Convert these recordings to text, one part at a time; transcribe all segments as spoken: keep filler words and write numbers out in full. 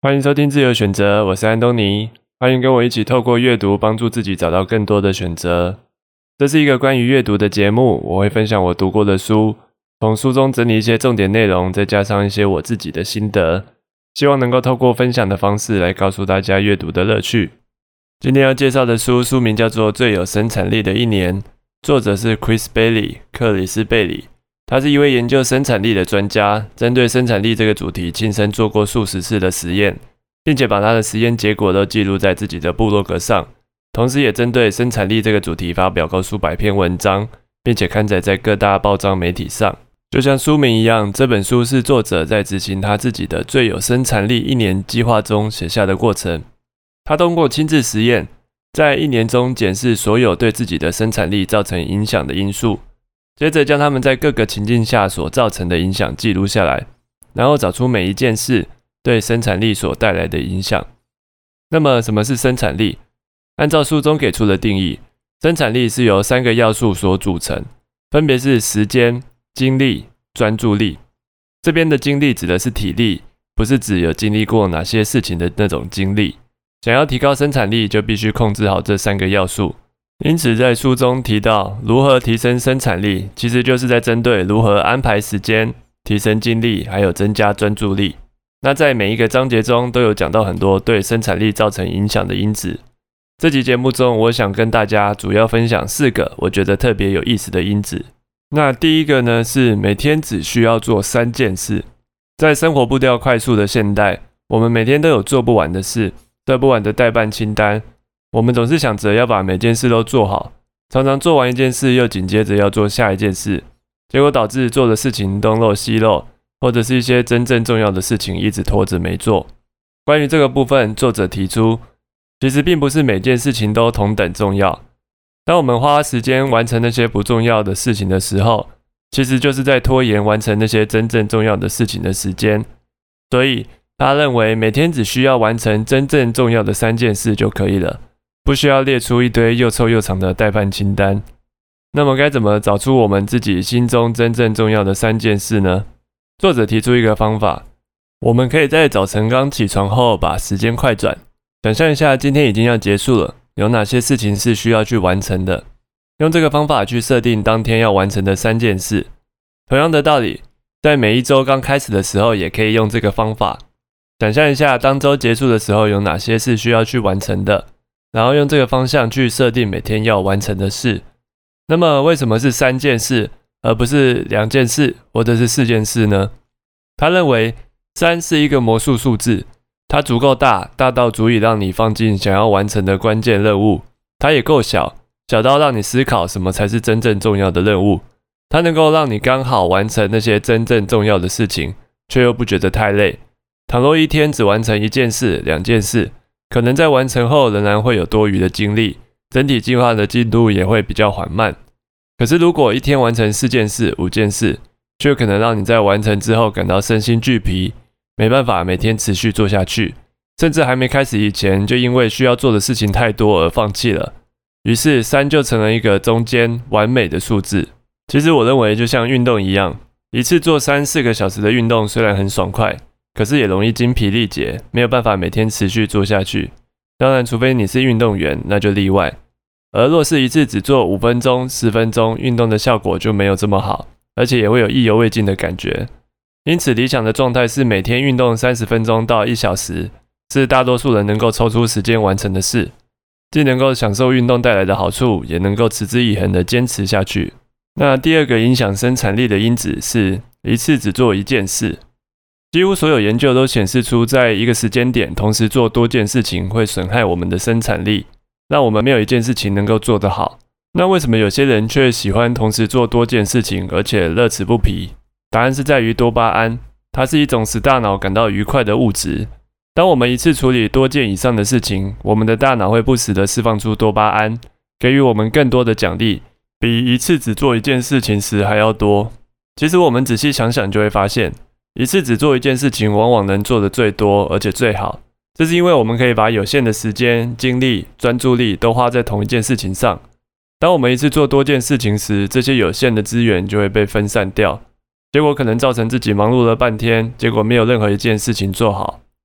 欢迎收听自由选择，我是安东尼。欢迎跟我一起透过阅读帮助自己找到更多的选择。这是一个关于阅读的节目，我会分享我读过的书，从书中整理一些重点内容，再加上一些我自己的心得，希望能够透过分享的方式来告诉大家阅读的乐趣。今天要介绍的书，书名叫做《最有生产力的一年》，作者是 Chris Bailey 克里斯贝里。他是一位研究生产力的专家，针对生产力这个主题亲身做过数十次的实验，并且把他的实验结果都记录在自己的部落格上，同时也针对生产力这个主题发表过数百篇文章，并且刊载在各大报章媒体上。就像书名一样，这本书是作者在执行他自己的最有生产力一年计划中写下的过程。他通过亲自实验，在一年中检视所有对自己的生产力造成影响的因素，接着将他们在各个情境下所造成的影响记录下来，然后找出每一件事对生产力所带来的影响。那么什么是生产力？按照书中给出的定义，生产力是由三个要素所组成，分别是时间、精力、专注力。这边的精力指的是体力，不是指有经历过哪些事情的那种精力。想要提高生产力，就必须控制好这三个要素。因此在书中提到如何提升生产力，其实就是在针对如何安排时间、提升精力，还有增加专注力。那在每一个章节中都有讲到很多对生产力造成影响的因子。这集节目中，我想跟大家主要分享四个我觉得特别有意思的因子。那第一个呢，是每天只需要做三件事。在生活步调快速的现代，我们每天都有做不完的事，做不完的待办清单。我们总是想着要把每件事都做好，常常做完一件事又紧接着要做下一件事，结果导致做的事情东漏西漏，或者是一些真正重要的事情一直拖着没做。关于这个部分，作者提出，其实并不是每件事情都同等重要。当我们花时间完成那些不重要的事情的时候，其实就是在拖延完成那些真正重要的事情的时间。所以他认为每天只需要完成真正重要的三件事就可以了，不需要列出一堆又臭又长的待办清单。那么该怎么找出我们自己心中真正重要的三件事呢？作者提出一个方法，我们可以在早晨刚起床后把时间快转，想象一下今天已经要结束了，有哪些事情是需要去完成的，用这个方法去设定当天要完成的三件事。同样的道理，在每一周刚开始的时候也可以用这个方法，想象一下当周结束的时候有哪些事需要去完成的，然后用这个方向去设定每天要完成的事。那么为什么是三件事，而不是两件事或者是四件事呢？他认为三是一个魔术数字，它足够大，大到足以让你放进想要完成的关键任务。它也够小，小到让你思考什么才是真正重要的任务。它能够让你刚好完成那些真正重要的事情，却又不觉得太累。倘若一天只完成一件事、两件事，可能在完成后仍然会有多余的精力，整体计划的进度也会比较缓慢。可是如果一天完成四件事、五件事，却可能让你在完成之后感到身心俱疲，没办法每天持续做下去，甚至还没开始以前就因为需要做的事情太多而放弃了。于是三就成了一个中间完美的数字。其实我认为就像运动一样，一次做三四个小时的运动虽然很爽快，可是也容易精疲力竭，没有办法每天持续做下去。当然除非你是运动员，那就例外。而若是一次只做五分钟、十分钟，运动的效果就没有这么好，而且也会有意犹未尽的感觉。因此理想的状态是每天运动三十分钟到一小时，是大多数人能够抽出时间完成的事，既能够享受运动带来的好处，也能够持之以恒的坚持下去。那第二个影响生产力的因子是一次只做一件事。几乎所有研究都显示出，在一个时间点同时做多件事情会损害我们的生产力，让我们没有一件事情能够做得好。那为什么有些人却喜欢同时做多件事情，而且乐此不疲？答案是在于多巴胺，它是一种使大脑感到愉快的物质。当我们一次处理多件以上的事情，我们的大脑会不时地释放出多巴胺，给予我们更多的奖励，比一次只做一件事情时还要多。其实我们仔细想想就会发现，一次只做一件事情往往能做得最多而且最好，这是因为我们可以把有限的时间、精力、专注力都花在同一件事情上。当我们一次做多件事情时，这些有限的资源就会被分散掉，结果可能造成自己忙碌了半天，结果没有任何一件事情做好。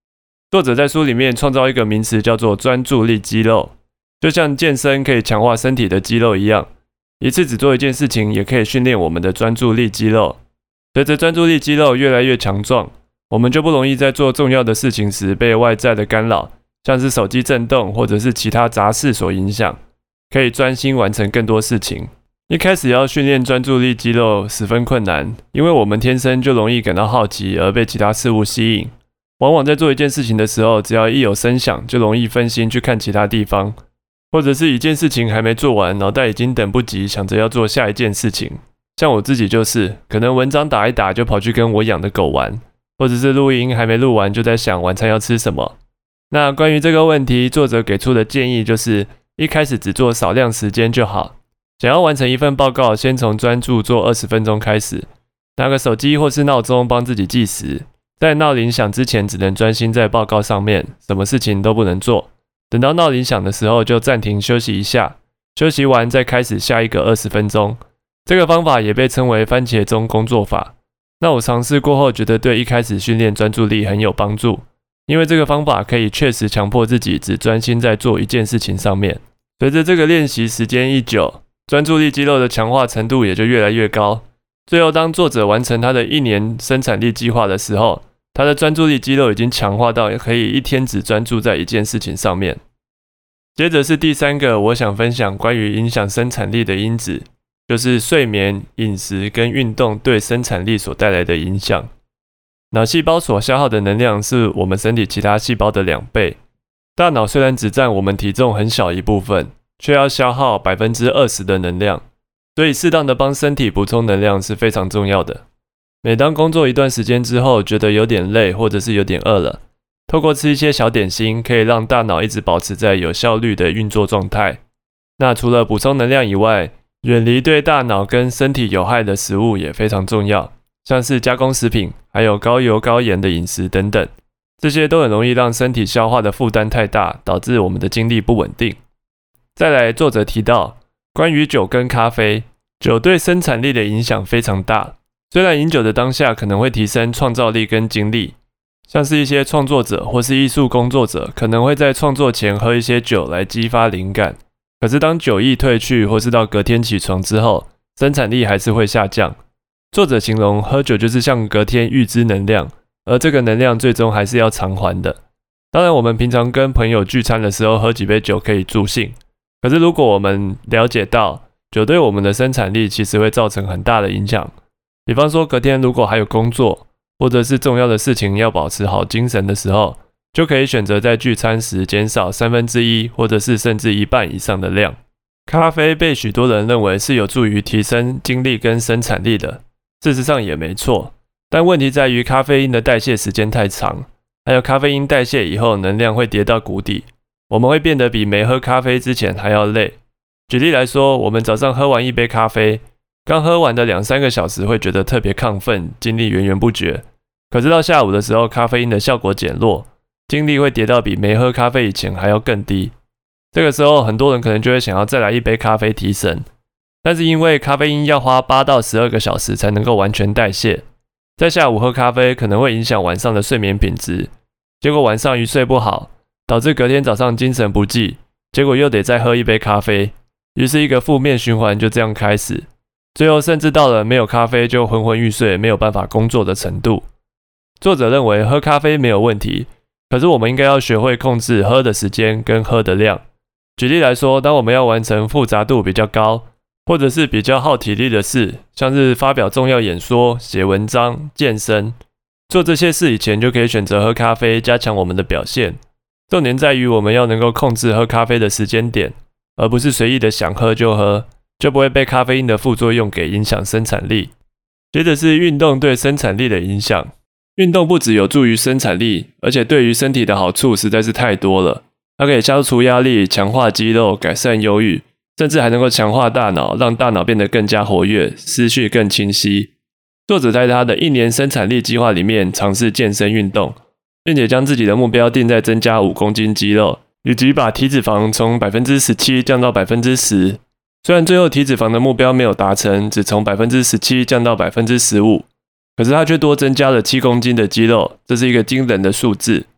作者在书里面创造一个名词叫做专注力肌肉，就像健身可以强化身体的肌肉一样，一次只做一件事情也可以训练我们的专注力肌肉。随着专注力肌肉越来越强壮，我们就不容易在做重要的事情时被外在的干扰，像是手机震动或者是其他杂事所影响，可以专心完成更多事情。一开始要训练专注力肌肉十分困难，因为我们天生就容易感到好奇而被其他事物吸引。往往在做一件事情的时候，只要一有声响，就容易分心去看其他地方，或者是一件事情还没做完，脑袋已经等不及，想着要做下一件事情。像我自己就是，可能文章打一打就跑去跟我养的狗玩，或者是录音还没录完就在想晚餐要吃什么。那关于这个问题，作者给出的建议就是，一开始只做少量时间就好。想要完成一份报告，先从专注做二十分钟开始，拿个手机或是闹钟帮自己计时，在闹铃响之前只能专心在报告上面，什么事情都不能做。等到闹铃响的时候就暂停休息一下，休息完再开始下一个二十分钟。这个方法也被称为番茄钟工作法。那我尝试过后觉得对一开始训练专注力很有帮助，因为这个方法可以确实强迫自己只专心在做一件事情上面。随着这个练习时间一久，专注力肌肉的强化程度也就越来越高。最后当作者完成他的一年生产力计划的时候，他的专注力肌肉已经强化到可以一天只专注在一件事情上面。接着是第三个我想分享关于影响生产力的因子，就是睡眠、饮食跟运动对生产力所带来的影响。脑细胞所消耗的能量是我们身体其他细胞的两倍。大脑虽然只占我们体重很小一部分，却要消耗 百分之二十 的能量，所以适当的帮身体补充能量是非常重要的。每当工作一段时间之后，觉得有点累或者是有点饿了，透过吃一些小点心，可以让大脑一直保持在有效率的运作状态。那除了补充能量以外，远离对大脑跟身体有害的食物也非常重要，像是加工食品，还有高油高盐的饮食等等，这些都很容易让身体消化的负担太大，导致我们的精力不稳定。再来，作者提到关于酒跟咖啡，酒对生产力的影响非常大。虽然饮酒的当下可能会提升创造力跟精力，像是一些创作者或是艺术工作者可能会在创作前喝一些酒来激发灵感，可是当酒意退去或是到隔天起床之后，生产力还是会下降。作者形容喝酒就是像隔天预支能量，而这个能量最终还是要偿还的。当然我们平常跟朋友聚餐的时候喝几杯酒可以助兴，可是如果我们了解到酒对我们的生产力其实会造成很大的影响，比方说隔天如果还有工作或者是重要的事情要保持好精神的时候，就可以选择在聚餐时减少三分之一或者是甚至一半以上的量。咖啡被许多人认为是有助于提升精力跟生产力的，事实上也没错，但问题在于咖啡因的代谢时间太长，还有咖啡因代谢以后能量会跌到谷底，我们会变得比没喝咖啡之前还要累。举例来说，我们早上喝完一杯咖啡，刚喝完的两三个小时会觉得特别亢奋，精力源源不绝，可是到下午的时候咖啡因的效果减弱，精力会跌到比没喝咖啡以前还要更低。这个时候很多人可能就会想要再来一杯咖啡提神，但是因为咖啡因要花八到十二个小时才能够完全代谢，在下午喝咖啡可能会影响晚上的睡眠品质，结果晚上一睡不好，导致隔天早上精神不济，结果又得再喝一杯咖啡，于是一个负面循环就这样开始，最后甚至到了没有咖啡就昏昏欲睡，没有办法工作的程度。作者认为喝咖啡没有问题，可是我们应该要学会控制喝的时间跟喝的量。举例来说，当我们要完成复杂度比较高，或者是比较耗体力的事，像是发表重要演说、写文章、健身，做这些事以前就可以选择喝咖啡，加强我们的表现。重点在于我们要能够控制喝咖啡的时间点，而不是随意的想喝就喝，就不会被咖啡因的副作用给影响生产力。接着是运动对生产力的影响。运动不只有助于生产力，而且对于身体的好处实在是太多了。它可以消除压力，强化肌肉，改善忧郁，甚至还能够强化大脑，让大脑变得更加活跃，思绪更清晰。作者在他的一年生产力计划里面尝试健身运动，并且将自己的目标定在增加五公斤肌肉，以及把体脂肪从 百分之十七 降到 百分之十。 虽然最后体脂肪的目标没有达成，只从 百分之十七 降到 百分之十五， 可是他却多增加了七公斤的肌肉，这是一个惊人的数字。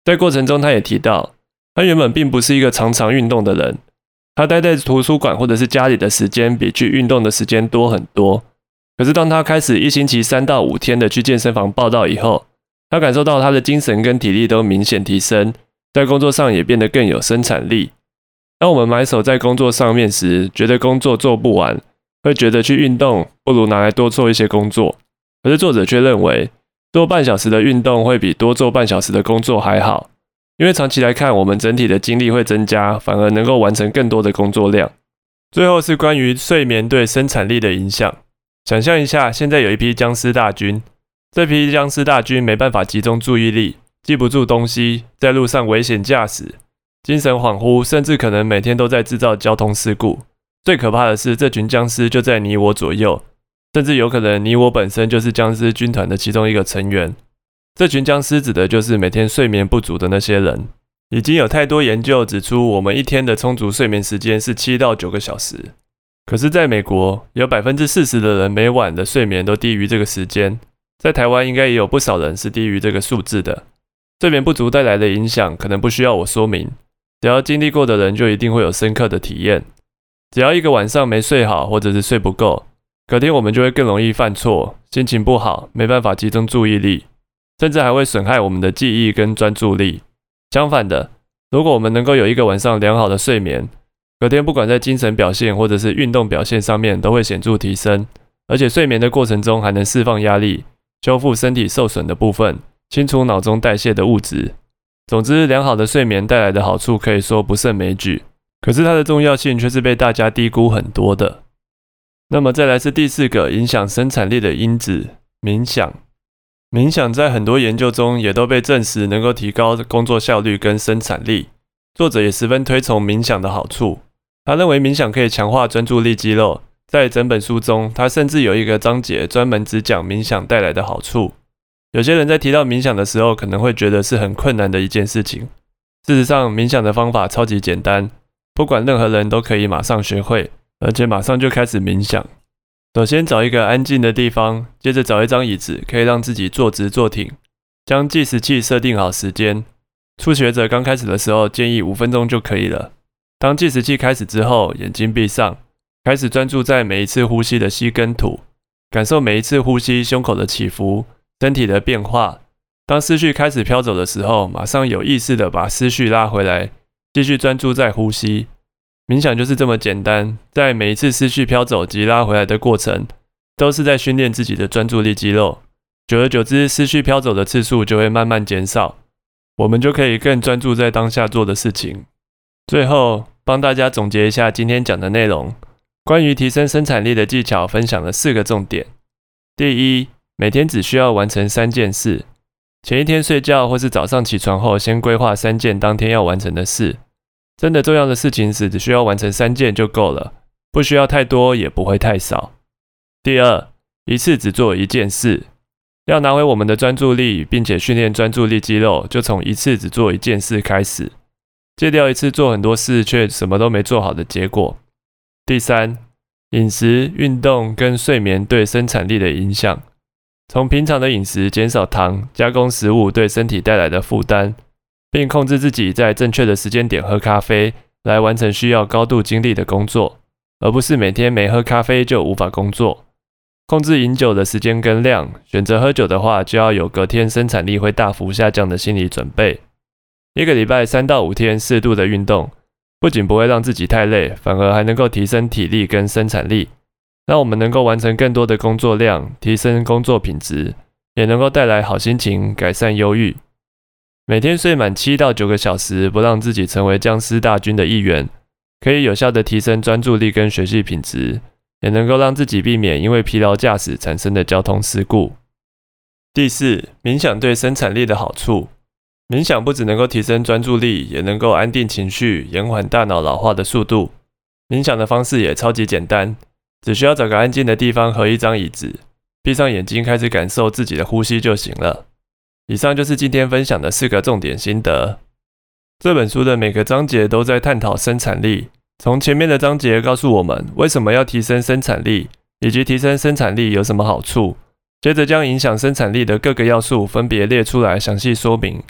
在过程中他也提到，他原本并不是一个常常运动的人，他待在图书馆或者是家里的时间比去运动的时间多很多。可是当他开始一星期三到五天的去健身房报道以后，他感受到他的精神跟体力都明显提升，在工作上也变得更有生产力。当我们埋首在工作上面时，觉得工作做不完，会觉得去运动不如拿来多做一些工作。可是作者却认为，做半小时的运动会比多做半小时的工作还好，因为长期来看，我们整体的精力会增加，反而能够完成更多的工作量。最后是关于睡眠对生产力的影响。想象一下，现在有一批僵尸大军，这批僵尸大军没办法集中注意力，记不住东西，在路上危险驾驶，精神恍惚，甚至可能每天都在制造交通事故。最可怕的是，这群僵尸就在你我左右，甚至有可能你我本身就是僵尸军团的其中一个成员。这群僵尸指的就是每天睡眠不足的那些人。已经有太多研究指出，我们一天的充足睡眠时间是七到九个小时。可是在美国，有 百分之四十 的人每晚的睡眠都低于这个时间。在台湾应该也有不少人是低于这个数字的。睡眠不足带来的影响可能不需要我说明，只要经历过的人就一定会有深刻的体验。只要一个晚上没睡好或者是睡不够，隔天我们就会更容易犯错，心情不好，没办法集中注意力，甚至还会损害我们的记忆跟专注力。相反的，如果我们能够有一个晚上良好的睡眠，隔天不管在精神表现或者是运动表现上面都会显著提升，而且睡眠的过程中还能释放压力，修复身体受损的部分，清除脑中代谢的物质。总之，良好的睡眠带来的好处可以说不胜枚举，可是它的重要性却是被大家低估很多的。那么再来是第四个影响生产力的因子，冥想。冥想在很多研究中也都被证实能够提高工作效率跟生产力。作者也十分推崇冥想的好处，他认为冥想可以强化专注力肌肉。在整本书中，他甚至有一个章节专门只讲冥想带来的好处。有些人在提到冥想的时候，可能会觉得是很困难的一件事情。事实上，冥想的方法超级简单，不管任何人都可以马上学会，而且马上就开始冥想。首先找一个安静的地方，接着找一张椅子，可以让自己坐直坐挺，将计时器设定好时间。初学者刚开始的时候，建议五分钟就可以了。当计时器开始之后，眼睛闭上，开始专注在每一次呼吸的吸跟吐，感受每一次呼吸胸口的起伏，身体的变化。当思绪开始飘走的时候，马上有意识的把思绪拉回来，继续专注在呼吸。冥想就是这么简单，在每一次思绪飘走及拉回来的过程，都是在训练自己的专注力肌肉。久而久之，思绪飘走的次数就会慢慢减少，我们就可以更专注在当下做的事情。最后，帮大家总结一下今天讲的内容。关于提升生产力的技巧，分享了四个重点。第一，每天只需要完成三件事。前一天睡觉或是早上起床后，先规划三件当天要完成的事。真的重要的事情时，只需要完成三件就够了，不需要太多，也不会太少。第二，一次只做一件事。要拿回我们的专注力，并且训练专注力肌肉，就从一次只做一件事开始，戒掉一次做很多事却什么都没做好的结果。第三，饮食、运动跟睡眠对生产力的影响。从平常的饮食减少糖、加工食物对身体带来的负担，并控制自己在正确的时间点喝咖啡，来完成需要高度精力的工作，而不是每天没喝咖啡就无法工作。控制饮酒的时间跟量，选择喝酒的话，就要有隔天生产力会大幅下降的心理准备。一个礼拜三到五天适度的运动，不仅不会让自己太累，反而还能够提升体力跟生产力，让我们能够完成更多的工作量，提升工作品质，也能够带来好心情，改善忧郁。每天睡满七到九个小时，不让自己成为僵尸大军的一员，可以有效的提升专注力跟学习品质，也能够让自己避免因为疲劳驾驶产生的交通事故。第四，冥想对生产力的好处。冥想不只能够提升专注力，也能够安定情绪，延缓大脑老化的速度。冥想的方式也超级简单，只需要找个安静的地方和一张椅子，闭上眼睛开始感受自己的呼吸就行了。以上就是今天分享的四个重点心得。这本书的每个章节都在探讨生产力，从前面的章节告诉我们为什么要提升生产力，以及提升生产力有什么好处，接着将影响生产力的各个要素分别列出来详细说明。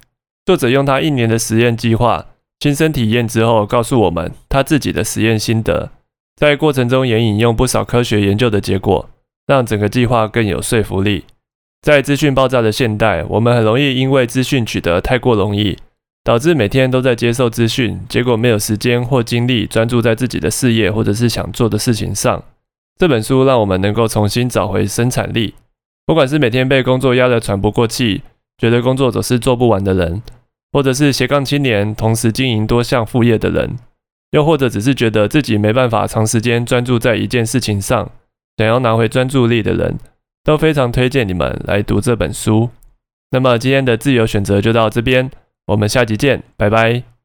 作者用他一年的实验计划亲身体验之后，告诉我们他自己的实验心得，在过程中也引用不少科学研究的结果，让整个计划更有说服力。在资讯爆炸的现代，我们很容易因为资讯取得太过容易，导致每天都在接受资讯，结果没有时间或精力专注在自己的事业或者是想做的事情上。这本书让我们能够重新找回生产力，不管是每天被工作压得喘不过气，觉得工作总是做不完的人，或者是斜杠青年同时经营多项副业的人，又或者只是觉得自己没办法长时间专注在一件事情上，想要拿回专注力的人，都非常推荐你们来读这本书。那么今天的自由选择就到这边，我们下集见，拜拜。